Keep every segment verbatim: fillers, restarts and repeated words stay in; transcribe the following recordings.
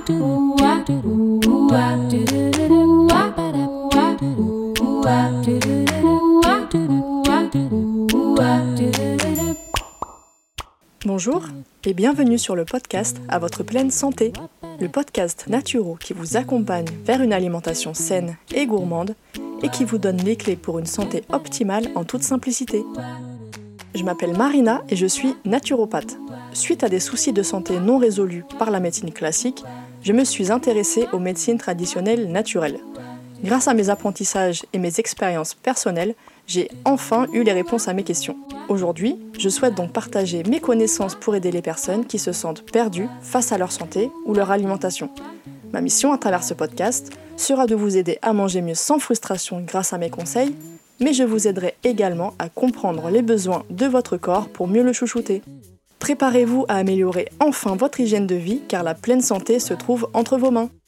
Bonjour et bienvenue sur le podcast À votre pleine santé, le podcast naturo qui vous accompagne vers une alimentation saine et gourmande et qui vous donne les clés pour une santé optimale en toute simplicité. Je m'appelle Marina et je suis naturopathe. Suite à des soucis de santé non résolus par la médecine classique, je me suis intéressée aux médecines traditionnelles naturelles. Grâce à mes apprentissages et mes expériences personnelles, j'ai enfin eu les réponses à mes questions. Aujourd'hui, je souhaite donc partager mes connaissances pour aider les personnes qui se sentent perdues face à leur santé ou leur alimentation. Ma mission à travers ce podcast sera de vous aider à manger mieux sans frustration grâce à mes conseils, mais je vous aiderai également à comprendre les besoins de votre corps pour mieux le chouchouter. Préparez-vous à améliorer enfin votre hygiène de vie car la pleine santé se trouve entre vos mains.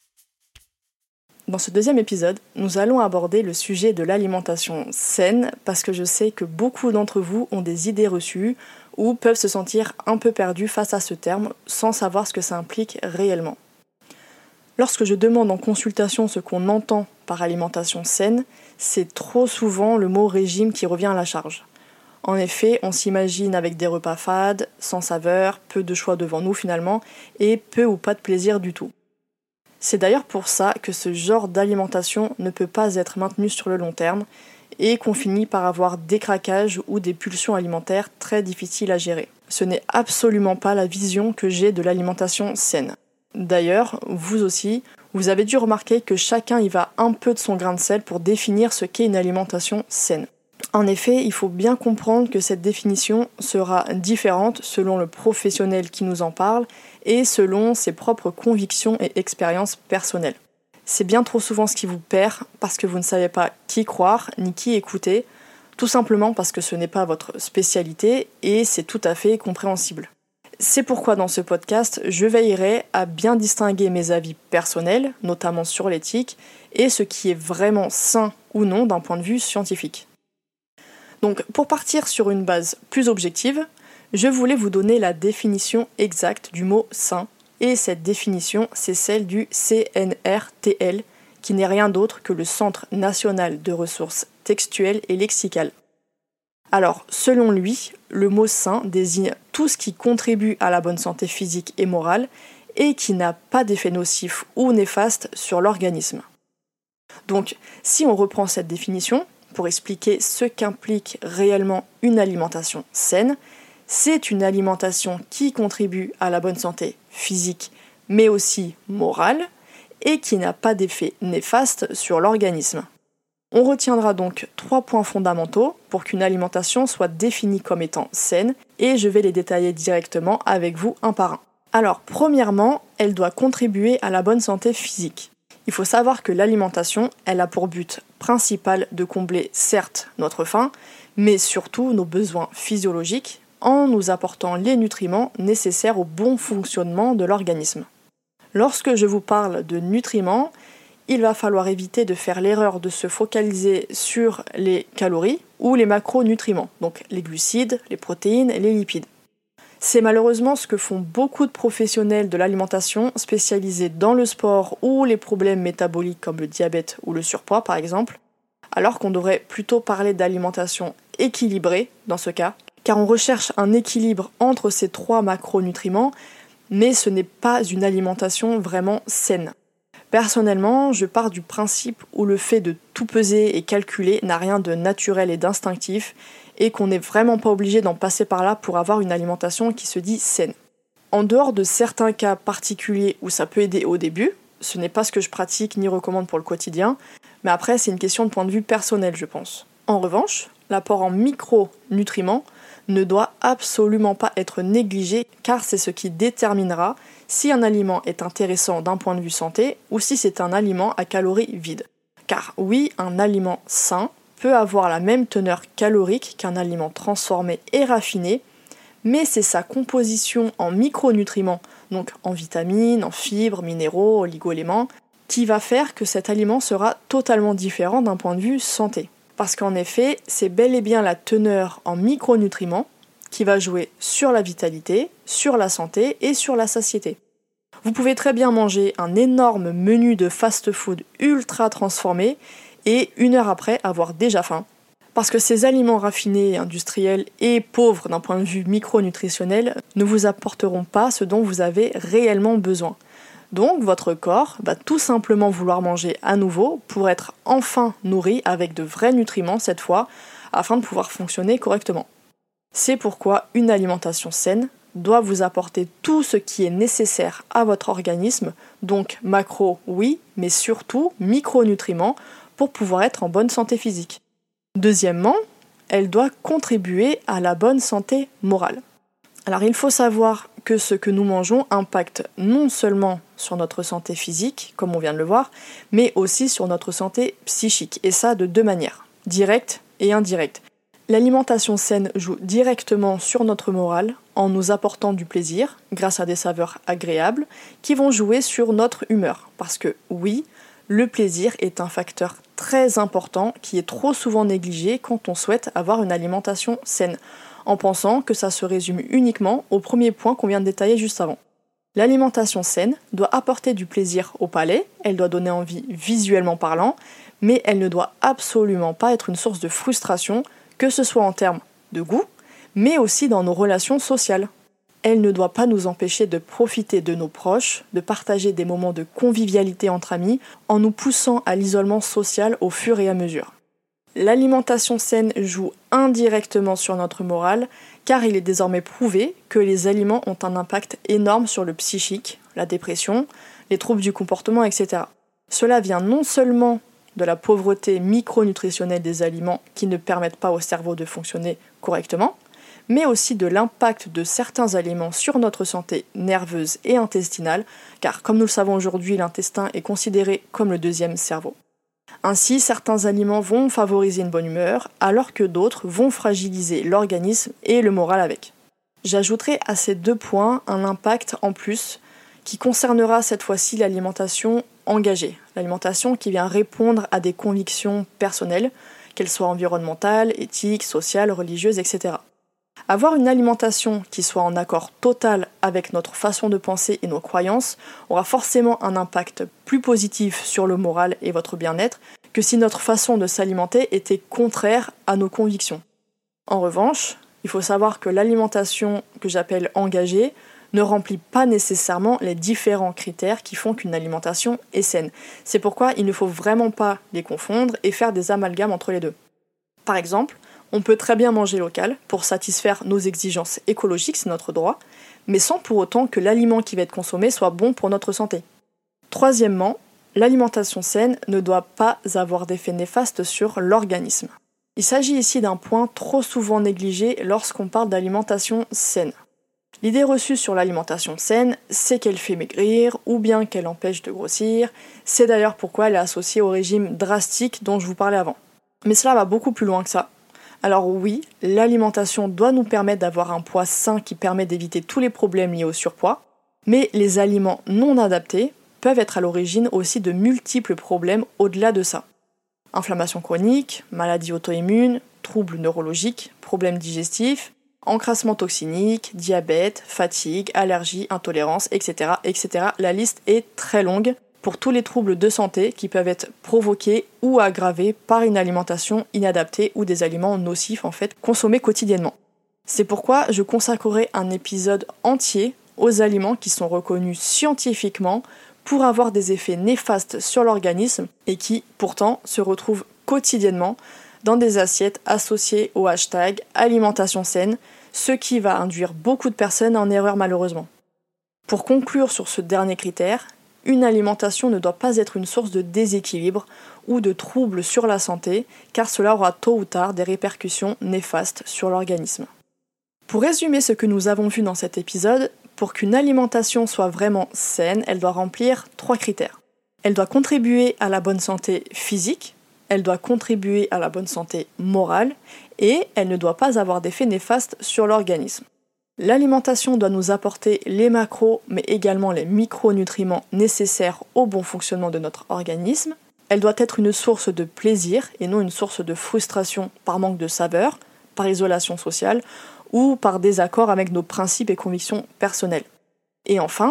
Dans ce deuxième épisode, nous allons aborder le sujet de l'alimentation saine parce que je sais que beaucoup d'entre vous ont des idées reçues ou peuvent se sentir un peu perdus face à ce terme sans savoir ce que ça implique réellement. Lorsque je demande en consultation ce qu'on entend par alimentation saine, c'est trop souvent le mot régime qui revient à la charge. En effet, on s'imagine avec des repas fades, sans saveur, peu de choix devant nous finalement, et peu ou pas de plaisir du tout. C'est d'ailleurs pour ça que ce genre d'alimentation ne peut pas être maintenu sur le long terme et qu'on finit par avoir des craquages ou des pulsions alimentaires très difficiles à gérer. Ce n'est absolument pas la vision que j'ai de l'alimentation saine. D'ailleurs, vous aussi, vous avez dû remarquer que chacun y va un peu de son grain de sel pour définir ce qu'est une alimentation saine. En effet, il faut bien comprendre que cette définition sera différente selon le professionnel qui nous en parle et selon ses propres convictions et expériences personnelles. C'est bien trop souvent ce qui vous perd parce que vous ne savez pas qui croire ni qui écouter, tout simplement parce que ce n'est pas votre spécialité et c'est tout à fait compréhensible. C'est pourquoi dans ce podcast, je veillerai à bien distinguer mes avis personnels, notamment sur l'éthique, et ce qui est vraiment sain ou non d'un point de vue scientifique. Donc, pour partir sur une base plus objective, je voulais vous donner la définition exacte du mot sain, et cette définition, c'est celle du C N R T L, qui n'est rien d'autre que le Centre national de ressources textuelles et lexicales. Alors, selon lui, le mot sain désigne tout ce qui contribue à la bonne santé physique et morale, et qui n'a pas d'effet nocif ou néfaste sur l'organisme. Donc, si on reprend cette définition, pour expliquer ce qu'implique réellement une alimentation saine, c'est une alimentation qui contribue à la bonne santé physique, mais aussi morale, et qui n'a pas d'effet néfaste sur l'organisme. On retiendra donc trois points fondamentaux pour qu'une alimentation soit définie comme étant saine, et je vais les détailler directement avec vous un par un. Alors, premièrement, elle doit contribuer à la bonne santé physique. Il faut savoir que l'alimentation, elle a pour but principal de combler certes notre faim, mais surtout nos besoins physiologiques en nous apportant les nutriments nécessaires au bon fonctionnement de l'organisme. Lorsque je vous parle de nutriments, il va falloir éviter de faire l'erreur de se focaliser sur les calories ou les macronutriments, donc les glucides, les protéines et les lipides. C'est malheureusement ce que font beaucoup de professionnels de l'alimentation spécialisés dans le sport ou les problèmes métaboliques comme le diabète ou le surpoids par exemple, alors qu'on devrait plutôt parler d'alimentation équilibrée dans ce cas, car on recherche un équilibre entre ces trois macronutriments, mais ce n'est pas une alimentation vraiment saine. Personnellement, je pars du principe où le fait de tout peser et calculer n'a rien de naturel et d'instinctif, et qu'on n'est vraiment pas obligé d'en passer par là pour avoir une alimentation qui se dit saine. En dehors de certains cas particuliers où ça peut aider au début, ce n'est pas ce que je pratique ni recommande pour le quotidien, mais après c'est une question de point de vue personnel je pense. En revanche, l'apport en micronutriments ne doit absolument pas être négligé car c'est ce qui déterminera si un aliment est intéressant d'un point de vue santé ou si c'est un aliment à calories vides. Car oui, un aliment sain peut avoir la même teneur calorique qu'un aliment transformé et raffiné, mais c'est sa composition en micronutriments, donc en vitamines, en fibres, minéraux, oligo-éléments, qui va faire que cet aliment sera totalement différent d'un point de vue santé. Parce qu'en effet, c'est bel et bien la teneur en micronutriments qui va jouer sur la vitalité, sur la santé et sur la satiété. Vous pouvez très bien manger un énorme menu de fast-food ultra transformé et une heure après avoir déjà faim. Parce que ces aliments raffinés, industriels et pauvres d'un point de vue micronutritionnel ne vous apporteront pas ce dont vous avez réellement besoin. Donc votre corps va tout simplement vouloir manger à nouveau pour être enfin nourri avec de vrais nutriments cette fois, afin de pouvoir fonctionner correctement. C'est pourquoi une alimentation saine doit vous apporter tout ce qui est nécessaire à votre organisme, donc macro oui, mais surtout micronutriments pour pouvoir être en bonne santé physique. Deuxièmement, elle doit contribuer à la bonne santé morale. Alors il faut savoir que ce que nous mangeons impacte non seulement sur notre santé physique, comme on vient de le voir, mais aussi sur notre santé psychique, et ça de deux manières, directe et indirecte. L'alimentation saine joue directement sur notre morale en nous apportant du plaisir, grâce à des saveurs agréables, qui vont jouer sur notre humeur. Parce que oui, le plaisir est un facteur très important qui est trop souvent négligé quand on souhaite avoir une alimentation saine, en pensant que ça se résume uniquement au premier point qu'on vient de détailler juste avant. L'alimentation saine doit apporter du plaisir au palais, elle doit donner envie visuellement parlant, mais elle ne doit absolument pas être une source de frustration, que ce soit en termes de goût, mais aussi dans nos relations sociales. Elle ne doit pas nous empêcher de profiter de nos proches, de partager des moments de convivialité entre amis, en nous poussant à l'isolement social au fur et à mesure. L'alimentation saine joue indirectement sur notre morale, car il est désormais prouvé que les aliments ont un impact énorme sur le psychique, la dépression, les troubles du comportement, et cetera. Cela vient non seulement de la pauvreté micronutritionnelle des aliments qui ne permettent pas au cerveau de fonctionner correctement, mais aussi de l'impact de certains aliments sur notre santé nerveuse et intestinale, car comme nous le savons aujourd'hui, l'intestin est considéré comme le deuxième cerveau. Ainsi, certains aliments vont favoriser une bonne humeur, alors que d'autres vont fragiliser l'organisme et le moral avec. J'ajouterai à ces deux points un impact en plus qui concernera cette fois-ci l'alimentation engagée, l'alimentation qui vient répondre à des convictions personnelles, qu'elles soient environnementales, éthiques, sociales, religieuses, et cetera. Avoir une alimentation qui soit en accord total avec notre façon de penser et nos croyances aura forcément un impact plus positif sur le moral et votre bien-être que si notre façon de s'alimenter était contraire à nos convictions. En revanche, il faut savoir que l'alimentation que j'appelle engagée ne remplit pas nécessairement les différents critères qui font qu'une alimentation est saine. C'est pourquoi il ne faut vraiment pas les confondre et faire des amalgames entre les deux. Par exemple, on peut très bien manger local pour satisfaire nos exigences écologiques, c'est notre droit, mais sans pour autant que l'aliment qui va être consommé soit bon pour notre santé. Troisièmement, l'alimentation saine ne doit pas avoir d'effet néfaste sur l'organisme. Il s'agit ici d'un point trop souvent négligé lorsqu'on parle d'alimentation saine. L'idée reçue sur l'alimentation saine, c'est qu'elle fait maigrir ou bien qu'elle empêche de grossir. C'est d'ailleurs pourquoi elle est associée au régime drastique dont je vous parlais avant. Mais cela va beaucoup plus loin que ça. Alors oui, l'alimentation doit nous permettre d'avoir un poids sain qui permet d'éviter tous les problèmes liés au surpoids, mais les aliments non adaptés peuvent être à l'origine aussi de multiples problèmes au-delà de ça. Inflammation chronique, maladies auto-immunes, troubles neurologiques, problèmes digestifs, encrassement toxinique, diabète, fatigue, allergies, intolérance, et cetera, et cetera. La liste est très longue pour tous les troubles de santé qui peuvent être provoqués ou aggravés par une alimentation inadaptée ou des aliments nocifs en fait consommés quotidiennement. C'est pourquoi je consacrerai un épisode entier aux aliments qui sont reconnus scientifiquement pour avoir des effets néfastes sur l'organisme et qui, pourtant, se retrouvent quotidiennement dans des assiettes associées au hashtag alimentation saine, ce qui va induire beaucoup de personnes en erreur malheureusement. Pour conclure sur ce dernier critère, une alimentation ne doit pas être une source de déséquilibre ou de troubles sur la santé, car cela aura tôt ou tard des répercussions néfastes sur l'organisme. Pour résumer ce que nous avons vu dans cet épisode, pour qu'une alimentation soit vraiment saine, elle doit remplir trois critères. Elle doit contribuer à la bonne santé physique, elle doit contribuer à la bonne santé morale, et elle ne doit pas avoir d'effet néfaste sur l'organisme. L'alimentation doit nous apporter les macros, mais également les micronutriments nécessaires au bon fonctionnement de notre organisme. Elle doit être une source de plaisir et non une source de frustration par manque de saveur, par isolation sociale ou par désaccord avec nos principes et convictions personnelles. Et enfin,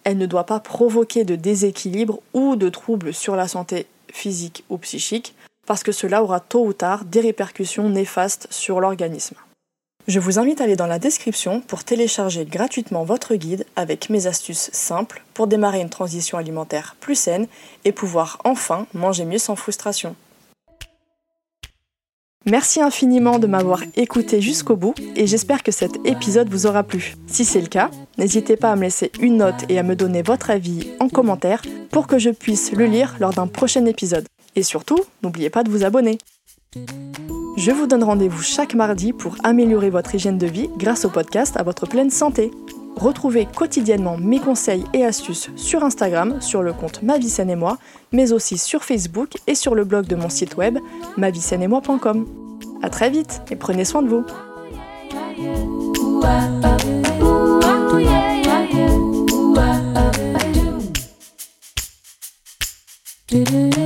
elle ne doit pas provoquer de déséquilibre ou de troubles sur la santé physique ou psychique, parce que cela aura tôt ou tard des répercussions néfastes sur l'organisme. Je vous invite à aller dans la description pour télécharger gratuitement votre guide avec mes astuces simples pour démarrer une transition alimentaire plus saine et pouvoir enfin manger mieux sans frustration. Merci infiniment de m'avoir écouté jusqu'au bout et j'espère que cet épisode vous aura plu. Si c'est le cas, n'hésitez pas à me laisser une note et à me donner votre avis en commentaire pour que je puisse le lire lors d'un prochain épisode. Et surtout, n'oubliez pas de vous abonner. Je vous donne rendez-vous chaque mardi pour améliorer votre hygiène de vie grâce au podcast à votre pleine santé. Retrouvez quotidiennement mes conseils et astuces sur Instagram, sur le compte Ma Vie Saine et Moi, mais aussi sur Facebook et sur le blog de mon site web ma vie saine et moi point com. À très vite et prenez soin de vous.